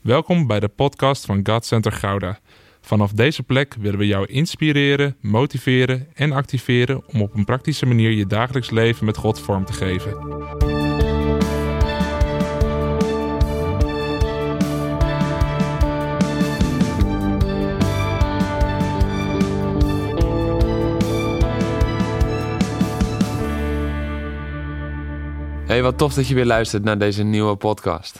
Welkom bij de podcast van God Center Gouda. Vanaf deze plek willen we jou inspireren, motiveren en activeren om op een praktische manier je dagelijks leven met God vorm te geven. Hey, wat tof dat je weer luistert naar deze nieuwe podcast.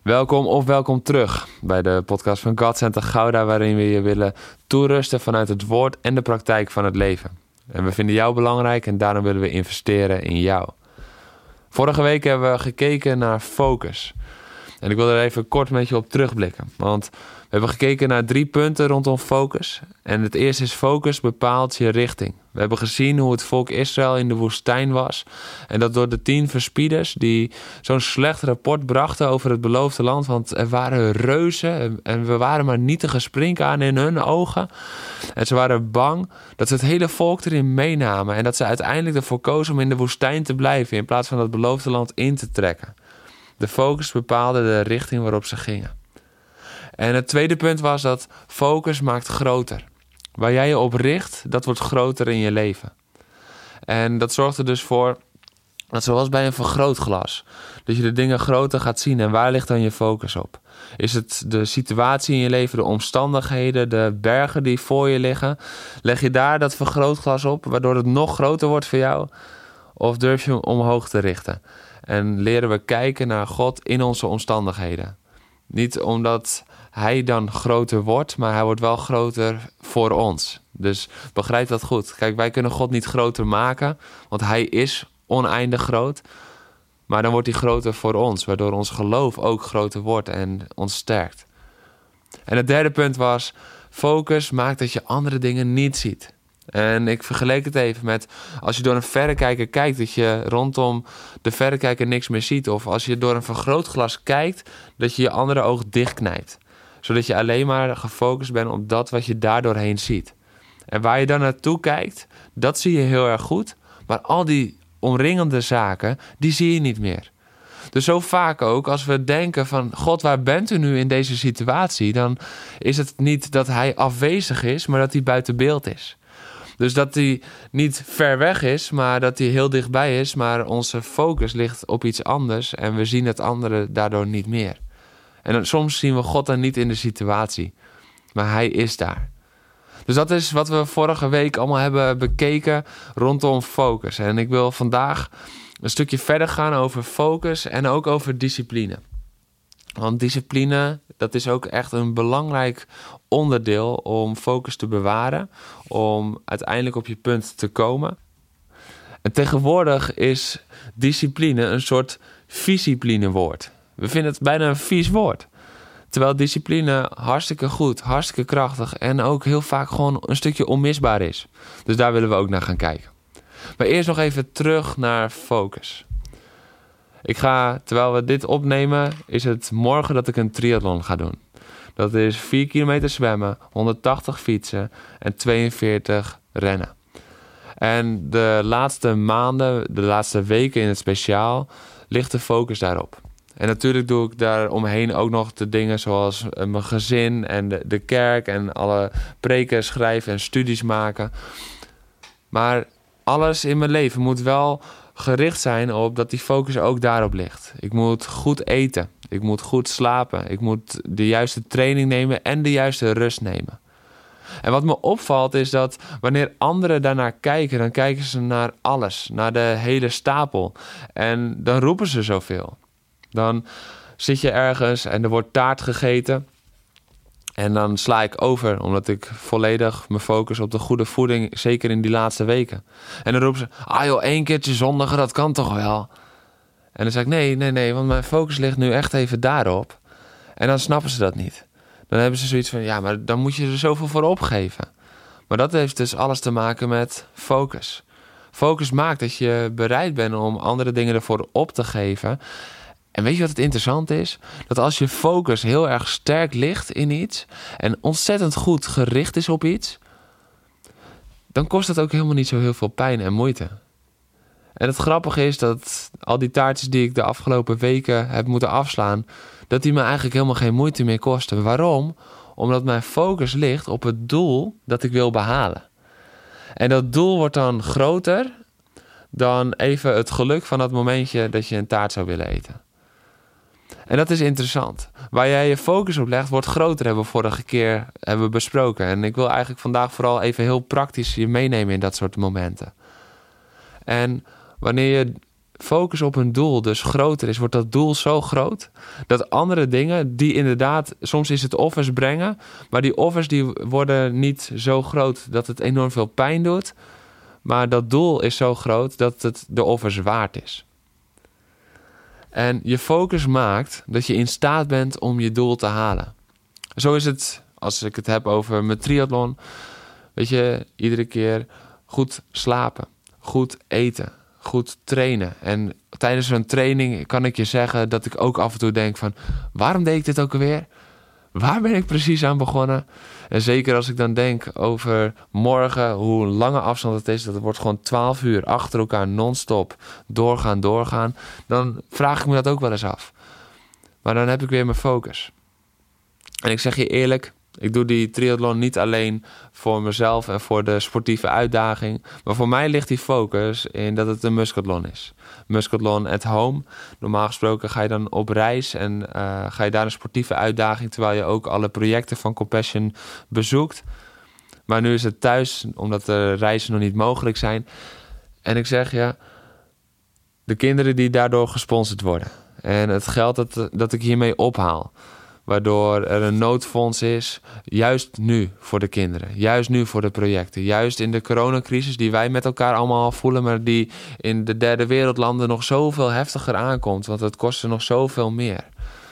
Welkom terug bij de podcast van God Center Gouda, waarin we je willen toerusten vanuit het woord en de praktijk van het leven. En we vinden jou belangrijk en daarom willen we investeren in jou. Vorige week hebben we gekeken naar focus. En ik wil er even kort met je op terugblikken. Want we hebben gekeken naar 3 punten rondom focus. En het eerste is: focus bepaalt je richting. We hebben gezien hoe het volk Israël in de woestijn was. En dat door de 10 verspieders die zo'n slecht rapport brachten over het beloofde land. Want er waren reuzen en we waren maar nietige sprinkhanen in hun ogen. En ze waren bang dat ze het hele volk erin meenamen. En dat ze uiteindelijk ervoor kozen om in de woestijn te blijven in plaats van dat beloofde land in te trekken. De focus bepaalde de richting waarop ze gingen. En het tweede punt was dat focus maakt groter. Waar jij je op richt, dat wordt groter in je leven. En dat zorgt er dus voor dat, zoals bij een vergrootglas, dat je de dingen groter gaat zien. En waar ligt dan je focus op? Is het de situatie in je leven, de omstandigheden, de bergen die voor je liggen? Leg je daar dat vergrootglas op, waardoor het nog groter wordt voor jou? Of durf je hem omhoog te richten? En leren we kijken naar God in onze omstandigheden. Niet omdat hij dan groter wordt, maar hij wordt wel groter voor ons. Dus begrijp dat goed. Kijk, wij kunnen God niet groter maken, want hij is oneindig groot. Maar dan wordt hij groter voor ons, waardoor ons geloof ook groter wordt en ons sterkt. En het derde punt was: focus maakt dat je andere dingen niet ziet. En ik vergeleek het even met: als je door een verrekijker kijkt, dat je rondom de verrekijker niks meer ziet. Of als je door een vergrootglas kijkt, dat je je andere oog dichtknijpt. Zodat je alleen maar gefocust bent op dat wat je daardoorheen ziet. En waar je dan naartoe kijkt, dat zie je heel erg goed. Maar al die omringende zaken, die zie je niet meer. Dus zo vaak ook, als we denken van: God, waar bent u nu in deze situatie? Dan is het niet dat hij afwezig is, maar dat hij buiten beeld is. Dus dat hij niet ver weg is, maar dat hij heel dichtbij is. Maar onze focus ligt op iets anders en we zien het andere daardoor niet meer. En soms zien we God dan niet in de situatie, maar hij is daar. Dus dat is wat we vorige week allemaal hebben bekeken rondom focus. En ik wil vandaag een stukje verder gaan over focus en ook over discipline. Want discipline, dat is ook echt een belangrijk onderdeel om focus te bewaren, om uiteindelijk op je punt te komen. En tegenwoordig is discipline een soort disciplinewoord. We vinden het bijna een vies woord. Terwijl discipline hartstikke goed, hartstikke krachtig en ook heel vaak gewoon een stukje onmisbaar is. Dus daar willen we ook naar gaan kijken. Maar eerst nog even terug naar focus. Terwijl we dit opnemen, is het morgen dat ik een triathlon ga doen. Dat is 4 kilometer zwemmen, 180 fietsen en 42 rennen. En de laatste maanden, de laatste weken in het speciaal, ligt de focus daarop. En natuurlijk doe ik daar omheen ook nog de dingen zoals mijn gezin en de kerk en alle preken schrijven en studies maken. Maar alles in mijn leven moet wel gericht zijn op dat die focus ook daarop ligt. Ik moet goed eten. Ik moet goed slapen. Ik moet de juiste training nemen en de juiste rust nemen. En wat me opvalt is dat wanneer anderen daarnaar kijken, dan kijken ze naar alles, naar de hele stapel. En dan roepen ze zoveel. Dan zit je ergens en er wordt taart gegeten. En dan sla ik over, omdat ik volledig me focus op de goede voeding, zeker in die laatste weken. En dan roepen ze: joh, 1 keertje zondigen, dat kan toch wel? En dan zeg ik: nee, want mijn focus ligt nu echt even daarop. En dan snappen ze dat niet. Dan hebben ze zoiets van: ja, maar dan moet je er zoveel voor opgeven. Maar dat heeft dus alles te maken met focus. Focus maakt dat je bereid bent om andere dingen ervoor op te geven. En weet je wat het interessant is? Dat als je focus heel erg sterk ligt in iets en ontzettend goed gericht is op iets, dan kost het ook helemaal niet zo heel veel pijn en moeite. En het grappige is dat al die taartjes die ik de afgelopen weken heb moeten afslaan, dat die me eigenlijk helemaal geen moeite meer kosten. Waarom? Omdat mijn focus ligt op het doel dat ik wil behalen. En dat doel wordt dan groter dan even het geluk van dat momentje dat je een taart zou willen eten. En dat is interessant. Waar jij je focus op legt, wordt groter, hebben we vorige keer besproken. En ik wil eigenlijk vandaag vooral even heel praktisch je meenemen in dat soort momenten. En wanneer je focus op een doel dus groter is, wordt dat doel zo groot dat andere dingen die inderdaad, soms is het offers brengen, maar die offers die worden niet zo groot dat het enorm veel pijn doet. Maar dat doel is zo groot dat het de offers waard is. En je focus maakt dat je in staat bent om je doel te halen. Zo is het als ik het heb over mijn triathlon. Weet je, iedere keer goed slapen, goed eten, goed trainen. En tijdens zo'n training kan ik je zeggen dat ik ook af en toe denk van, waarom deed ik dit ook alweer? Waar ben ik precies aan begonnen? En zeker als ik dan denk over morgen, hoe lange afstand het is, dat het wordt gewoon 12 uur achter elkaar non-stop doorgaan. Dan vraag ik me dat ook wel eens af. Maar dan heb ik weer mijn focus. En ik zeg je eerlijk, ik doe die triathlon niet alleen voor mezelf en voor de sportieve uitdaging. Maar voor mij ligt die focus in dat het een Muscatlon is. Muscatlon at home. Normaal gesproken ga je dan op reis en ga je daar een sportieve uitdaging, terwijl je ook alle projecten van Compassion bezoekt. Maar nu is het thuis, omdat de reizen nog niet mogelijk zijn. En ik zeg ja, de kinderen die daardoor gesponsord worden. En het geld dat ik hiermee ophaal. Waardoor er een noodfonds is, juist nu voor de kinderen. Juist nu voor de projecten. Juist in de coronacrisis die wij met elkaar allemaal voelen, maar die in de derde wereldlanden nog zoveel heftiger aankomt. Want het kost er nog zoveel meer.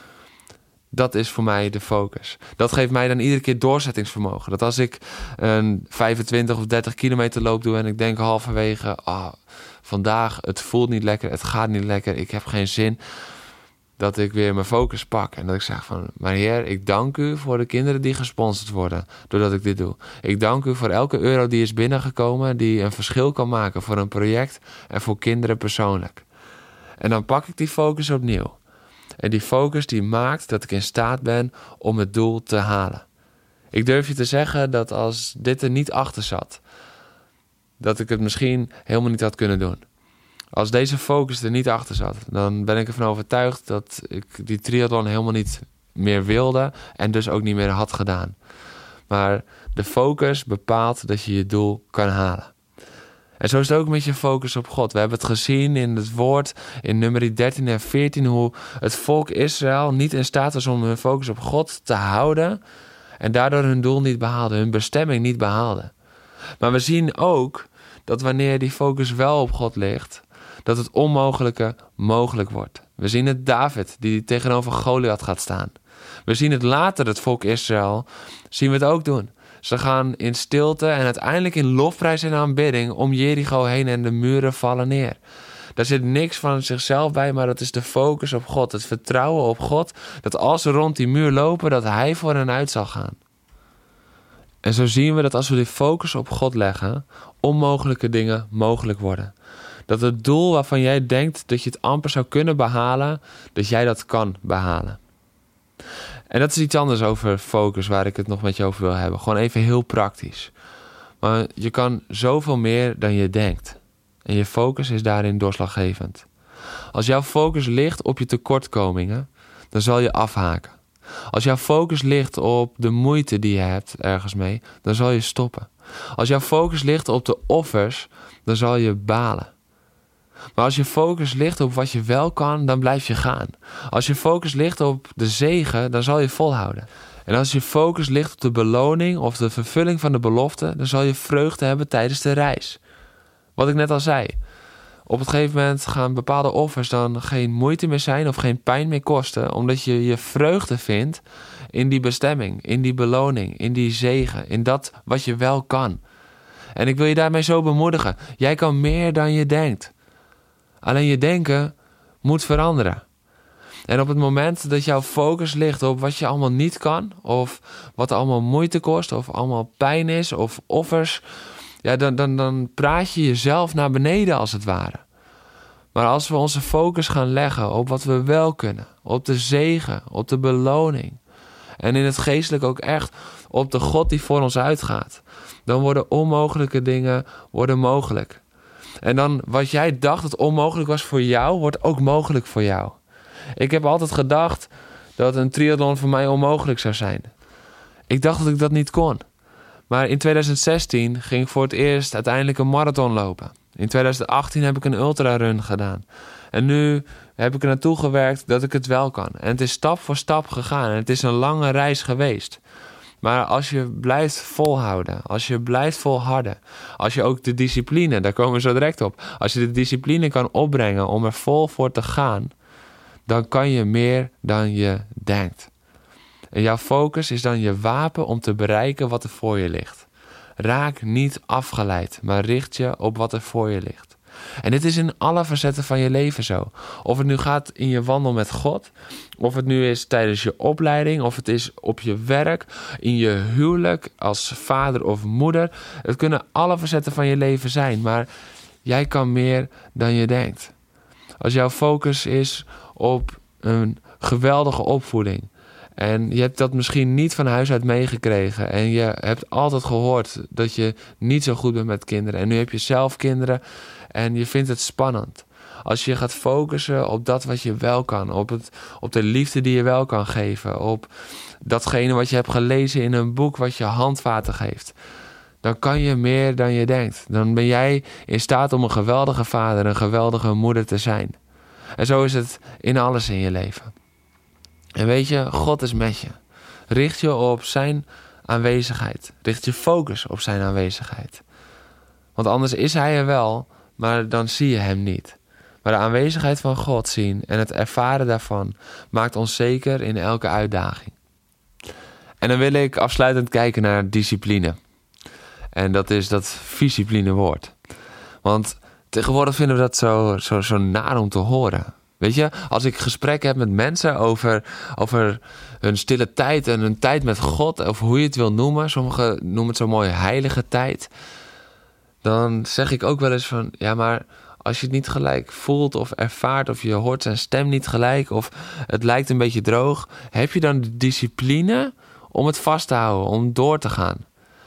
Dat is voor mij de focus. Dat geeft mij dan iedere keer doorzettingsvermogen. Dat als ik een 25 of 30 kilometer loop doe en ik denk halverwege, vandaag, het voelt niet lekker, het gaat niet lekker, ik heb geen zin, dat ik weer mijn focus pak. En dat ik zeg van, maar Heer, ik dank u voor de kinderen die gesponsord worden doordat ik dit doe. Ik dank u voor elke euro die is binnengekomen, die een verschil kan maken voor een project en voor kinderen persoonlijk. En dan pak ik die focus opnieuw. En die focus die maakt dat ik in staat ben om het doel te halen. Ik durf je te zeggen dat als dit er niet achter zat, dat ik het misschien helemaal niet had kunnen doen. Als deze focus er niet achter zat, dan ben ik ervan overtuigd dat ik die triathlon helemaal niet meer wilde en dus ook niet meer had gedaan. Maar de focus bepaalt dat je je doel kan halen. En zo is het ook met je focus op God. We hebben het gezien in het woord in Numeri 13 en 14... hoe het volk Israël niet in staat was om hun focus op God te houden en daardoor hun doel niet behaalde, hun bestemming niet behaalde. Maar we zien ook dat wanneer die focus wel op God ligt, dat het onmogelijke mogelijk wordt. We zien het David die tegenover Goliath gaat staan. We zien het later, het volk Israël, zien we het ook doen. Ze gaan in stilte en uiteindelijk in lofprijs en aanbidding om Jericho heen en de muren vallen neer. Daar zit niks van zichzelf bij, maar dat is de focus op God. Het vertrouwen op God, dat als ze rond die muur lopen, dat Hij voor hen uit zal gaan. En zo zien we dat als we die focus op God leggen, onmogelijke dingen mogelijk worden. Dat het doel waarvan jij denkt dat je het amper zou kunnen behalen, dat jij dat kan behalen. En dat is iets anders over focus waar ik het nog met je over wil hebben. Gewoon even heel praktisch. Maar je kan zoveel meer dan je denkt. En je focus is daarin doorslaggevend. Als jouw focus ligt op je tekortkomingen, dan zal je afhaken. Als jouw focus ligt op de moeite die je hebt ergens mee, dan zal je stoppen. Als jouw focus ligt op de offers, dan zal je balen. Maar als je focus ligt op wat je wel kan, dan blijf je gaan. Als je focus ligt op de zegen, dan zal je volhouden. En als je focus ligt op de beloning of de vervulling van de belofte, dan zal je vreugde hebben tijdens de reis. Wat ik net al zei. Op een gegeven moment gaan bepaalde offers dan geen moeite meer zijn of geen pijn meer kosten, omdat je je vreugde vindt in die bestemming, in die beloning, in die zegen, in dat wat je wel kan. En ik wil je daarmee zo bemoedigen. Jij kan meer dan je denkt. Alleen je denken moet veranderen. En op het moment dat jouw focus ligt op wat je allemaal niet kan, of wat allemaal moeite kost, of allemaal pijn is, of offers, ja, dan praat je jezelf naar beneden als het ware. Maar als we onze focus gaan leggen op wat we wel kunnen, op de zegen, op de beloning, en in het geestelijk ook echt op de God die voor ons uitgaat, dan worden onmogelijke dingen mogelijk. En dan wat jij dacht dat onmogelijk was voor jou, wordt ook mogelijk voor jou. Ik heb altijd gedacht dat een triathlon voor mij onmogelijk zou zijn. Ik dacht dat ik dat niet kon. Maar in 2016 ging ik voor het eerst uiteindelijk een marathon lopen. In 2018 heb ik een ultrarun gedaan. En nu heb ik er naartoe gewerkt dat ik het wel kan. En het is stap voor stap gegaan. En het is een lange reis geweest. Maar als je blijft volhouden, als je blijft volharden, als je ook de discipline, daar komen we zo direct op, als je de discipline kan opbrengen om er vol voor te gaan, dan kan je meer dan je denkt. En jouw focus is dan je wapen om te bereiken wat er voor je ligt. Raak niet afgeleid, maar richt je op wat er voor je ligt. En dit is in alle facetten van je leven zo. Of het nu gaat in je wandel met God, of het nu is tijdens je opleiding, of het is op je werk, in je huwelijk als vader of moeder. Het kunnen alle facetten van je leven zijn, maar jij kan meer dan je denkt. Als jouw focus is op een geweldige opvoeding, en je hebt dat misschien niet van huis uit meegekregen, en je hebt altijd gehoord dat je niet zo goed bent met kinderen, en nu heb je zelf kinderen en je vindt het spannend. Als je gaat focussen op dat wat je wel kan, op de liefde die je wel kan geven, op datgene wat je hebt gelezen in een boek wat je handvaten geeft, dan kan je meer dan je denkt. Dan ben jij in staat om een geweldige vader, een geweldige moeder te zijn. En zo is het in alles in je leven. En weet je, God is met je. Richt je op zijn aanwezigheid. Richt je focus op zijn aanwezigheid. Want anders is hij er wel, maar dan zie je hem niet. Maar de aanwezigheid van God zien en het ervaren daarvan maakt ons zeker in elke uitdaging. En dan wil ik afsluitend kijken naar discipline. En dat is dat discipline woord. Want tegenwoordig vinden we dat zo naar om te horen. Weet je, als ik gesprekken heb met mensen over hun stille tijd en hun tijd met God, of hoe je het wil noemen, sommigen noemen het zo mooi heilige tijd, dan zeg ik ook wel eens van, ja, maar als je het niet gelijk voelt of ervaart, of je hoort zijn stem niet gelijk, of het lijkt een beetje droog, heb je dan de discipline om het vast te houden, om door te gaan?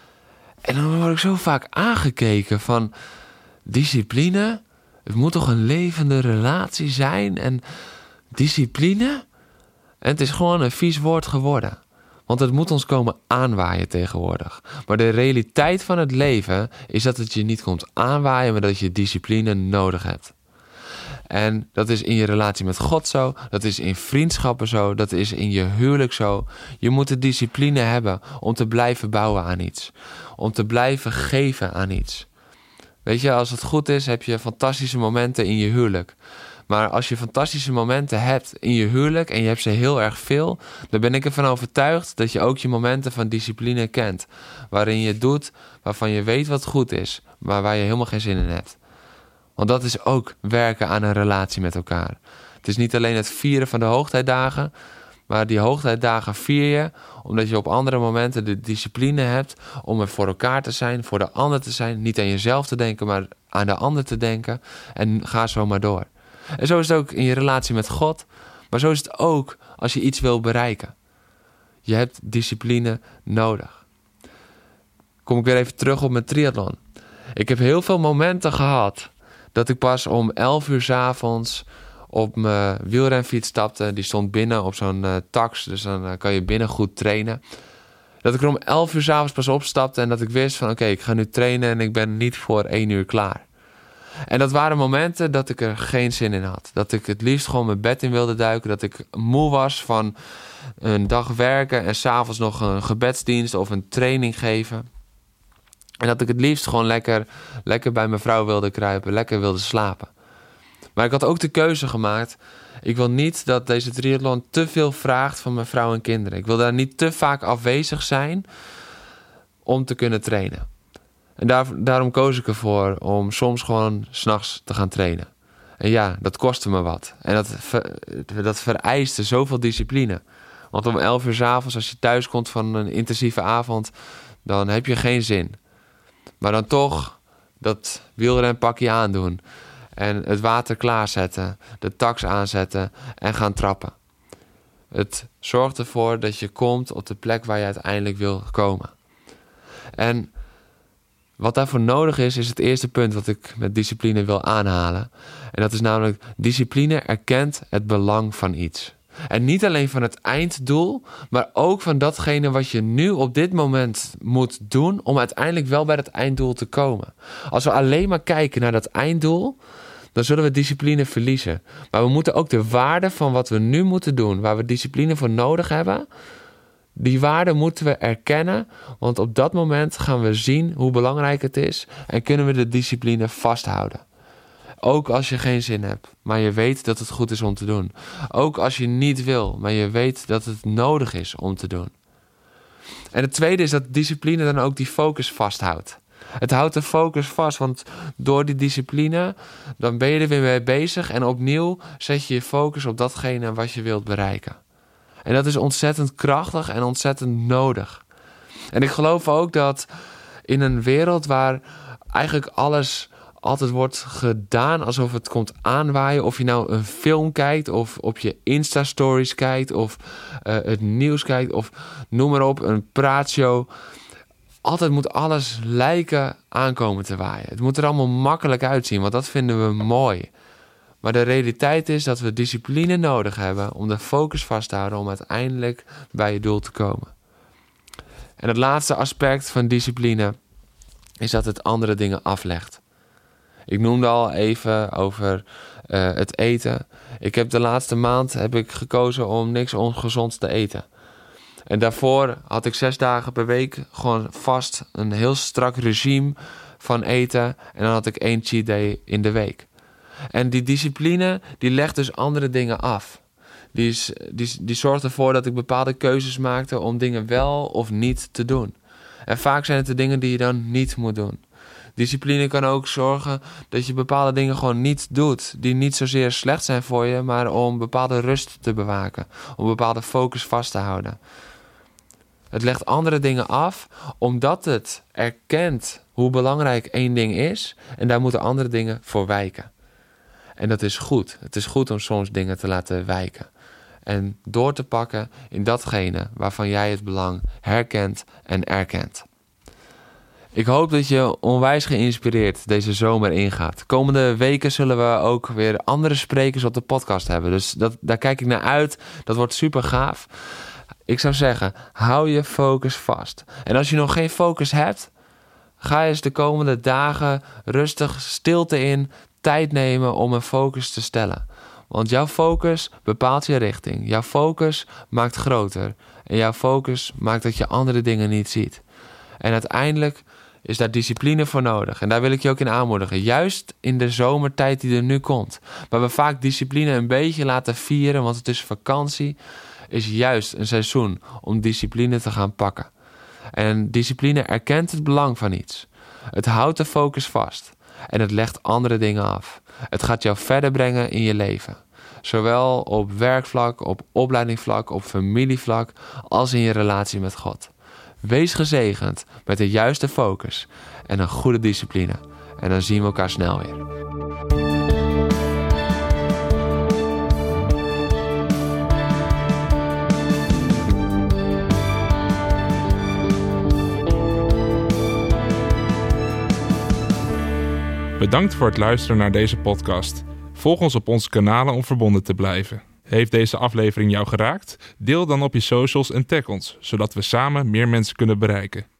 En dan word ik zo vaak aangekeken van, discipline? Het moet toch een levende relatie zijn en discipline? En het is gewoon een vies woord geworden. Want het moet ons komen aanwaaien tegenwoordig. Maar de realiteit van het leven is dat het je niet komt aanwaaien, maar dat je discipline nodig hebt. En dat is in je relatie met God zo, dat is in vriendschappen zo, dat is in je huwelijk zo. Je moet de discipline hebben om te blijven bouwen aan iets. Om te blijven geven aan iets. Weet je, als het goed is, heb je fantastische momenten in je huwelijk. Maar als je fantastische momenten hebt in je huwelijk en je hebt ze heel erg veel, dan ben ik ervan overtuigd dat je ook je momenten van discipline kent. Waarin je doet waarvan je weet wat goed is, maar waar je helemaal geen zin in hebt. Want dat is ook werken aan een relatie met elkaar. Het is niet alleen het vieren van de hoogtijdagen, maar die hoogtijdagen vier je omdat je op andere momenten de discipline hebt om er voor elkaar te zijn, voor de ander te zijn. Niet aan jezelf te denken, maar aan de ander te denken. En ga zo maar door. En zo is het ook in je relatie met God. Maar zo is het ook als je iets wil bereiken. Je hebt discipline nodig. Kom ik weer even terug op mijn triathlon. Ik heb heel veel momenten gehad dat ik pas om 11 uur 's avonds op mijn wielrenfiets stapte. Die stond binnen op zo'n tax, dus dan kan je binnen goed trainen. Dat ik er om 11 uur 's avonds pas opstapte en dat ik wist van oké, ik ga nu trainen en ik ben niet voor 1 uur klaar. En dat waren momenten dat ik er geen zin in had. Dat ik het liefst gewoon mijn bed in wilde duiken. Dat ik moe was van een dag werken en 's avonds nog een gebedsdienst of een training geven. En dat ik het liefst gewoon lekker bij mijn vrouw wilde kruipen, lekker wilde slapen. Maar ik had ook de keuze gemaakt. Ik wil niet dat deze triathlon te veel vraagt van mijn vrouw en kinderen. Ik wil daar niet te vaak afwezig zijn om te kunnen trainen. En daarom koos ik ervoor om soms gewoon 's nachts te gaan trainen. En ja, dat kostte me wat. En dat vereiste zoveel discipline. Want om 11 uur 's avonds, als je thuis komt van een intensieve avond, dan heb je geen zin. Maar dan toch dat wielrenpakje aandoen. en het water klaarzetten, de tax aanzetten en gaan trappen. Het zorgt ervoor dat je komt op de plek waar je uiteindelijk wil komen. En wat daarvoor nodig is het eerste punt wat ik met discipline wil aanhalen. En dat is namelijk, discipline erkent het belang van iets. En niet alleen van het einddoel, maar ook van datgene wat je nu op dit moment moet doen om uiteindelijk wel bij dat einddoel te komen. Als we alleen maar kijken naar dat einddoel, dan zullen we discipline verliezen. Maar we moeten ook de waarde van wat we nu moeten doen, waar we discipline voor nodig hebben, die waarde moeten we erkennen, want op dat moment gaan we zien hoe belangrijk het is en kunnen we de discipline vasthouden. Ook als je geen zin hebt, maar je weet dat het goed is om te doen. Ook als je niet wil, maar je weet dat het nodig is om te doen. En het tweede is dat discipline dan ook die focus vasthoudt. Het houdt de focus vast, want door die discipline, dan ben je er weer mee bezig en opnieuw zet je je focus op datgene wat je wilt bereiken. En dat is ontzettend krachtig en ontzettend nodig. En ik geloof ook dat in een wereld waar eigenlijk alles altijd wordt gedaan alsof het komt aanwaaien, of je nou een film kijkt of op je Insta-stories kijkt of het nieuws kijkt of noem maar op, een praatshow. Altijd moet alles lijken aankomen te waaien. Het moet er allemaal makkelijk uitzien, want dat vinden we mooi. Maar de realiteit is dat we discipline nodig hebben om de focus vast te houden om uiteindelijk bij je doel te komen. En het laatste aspect van discipline is dat het andere dingen aflegt. Ik noemde al even over het eten. Ik heb de laatste maand gekozen om niks ongezonds te eten. En daarvoor had ik 6 dagen per week gewoon vast een heel strak regime van eten. En dan had ik 1 cheat day in de week. En die discipline, die legt dus andere dingen af. Die zorgt ervoor dat ik bepaalde keuzes maakte om dingen wel of niet te doen. En vaak zijn het de dingen die je dan niet moet doen. Discipline kan ook zorgen dat je bepaalde dingen gewoon niet doet. Die niet zozeer slecht zijn voor je, maar om bepaalde rust te bewaken. Om bepaalde focus vast te houden. Het legt andere dingen af, omdat het erkent hoe belangrijk 1 ding is. En daar moeten andere dingen voor wijken. En dat is goed. Het is goed om soms dingen te laten wijken. En door te pakken in datgene waarvan jij het belang herkent en erkent. Ik hoop dat je onwijs geïnspireerd deze zomer ingaat. Komende weken zullen we ook weer andere sprekers op de podcast hebben. Dus daar kijk ik naar uit. Dat wordt super gaaf. Ik zou zeggen, hou je focus vast. En als je nog geen focus hebt, ga eens de komende dagen rustig stilte in, tijd nemen om een focus te stellen. Want jouw focus bepaalt je richting. Jouw focus maakt groter. En jouw focus maakt dat je andere dingen niet ziet. En uiteindelijk is daar discipline voor nodig. En daar wil ik je ook in aanmoedigen. Juist in de zomertijd die er nu komt. Waar we vaak discipline een beetje laten vieren, want het is vakantie, is juist een seizoen om discipline te gaan pakken. En discipline erkent het belang van iets. Het houdt de focus vast. En het legt andere dingen af. Het gaat jou verder brengen in je leven. Zowel op werkvlak, op opleidingvlak, op familievlak, als in je relatie met God. Wees gezegend met de juiste focus en een goede discipline. En dan zien we elkaar snel weer. Bedankt voor het luisteren naar deze podcast. Volg ons op onze kanalen om verbonden te blijven. Heeft deze aflevering jou geraakt? Deel dan op je socials en tag ons, zodat we samen meer mensen kunnen bereiken.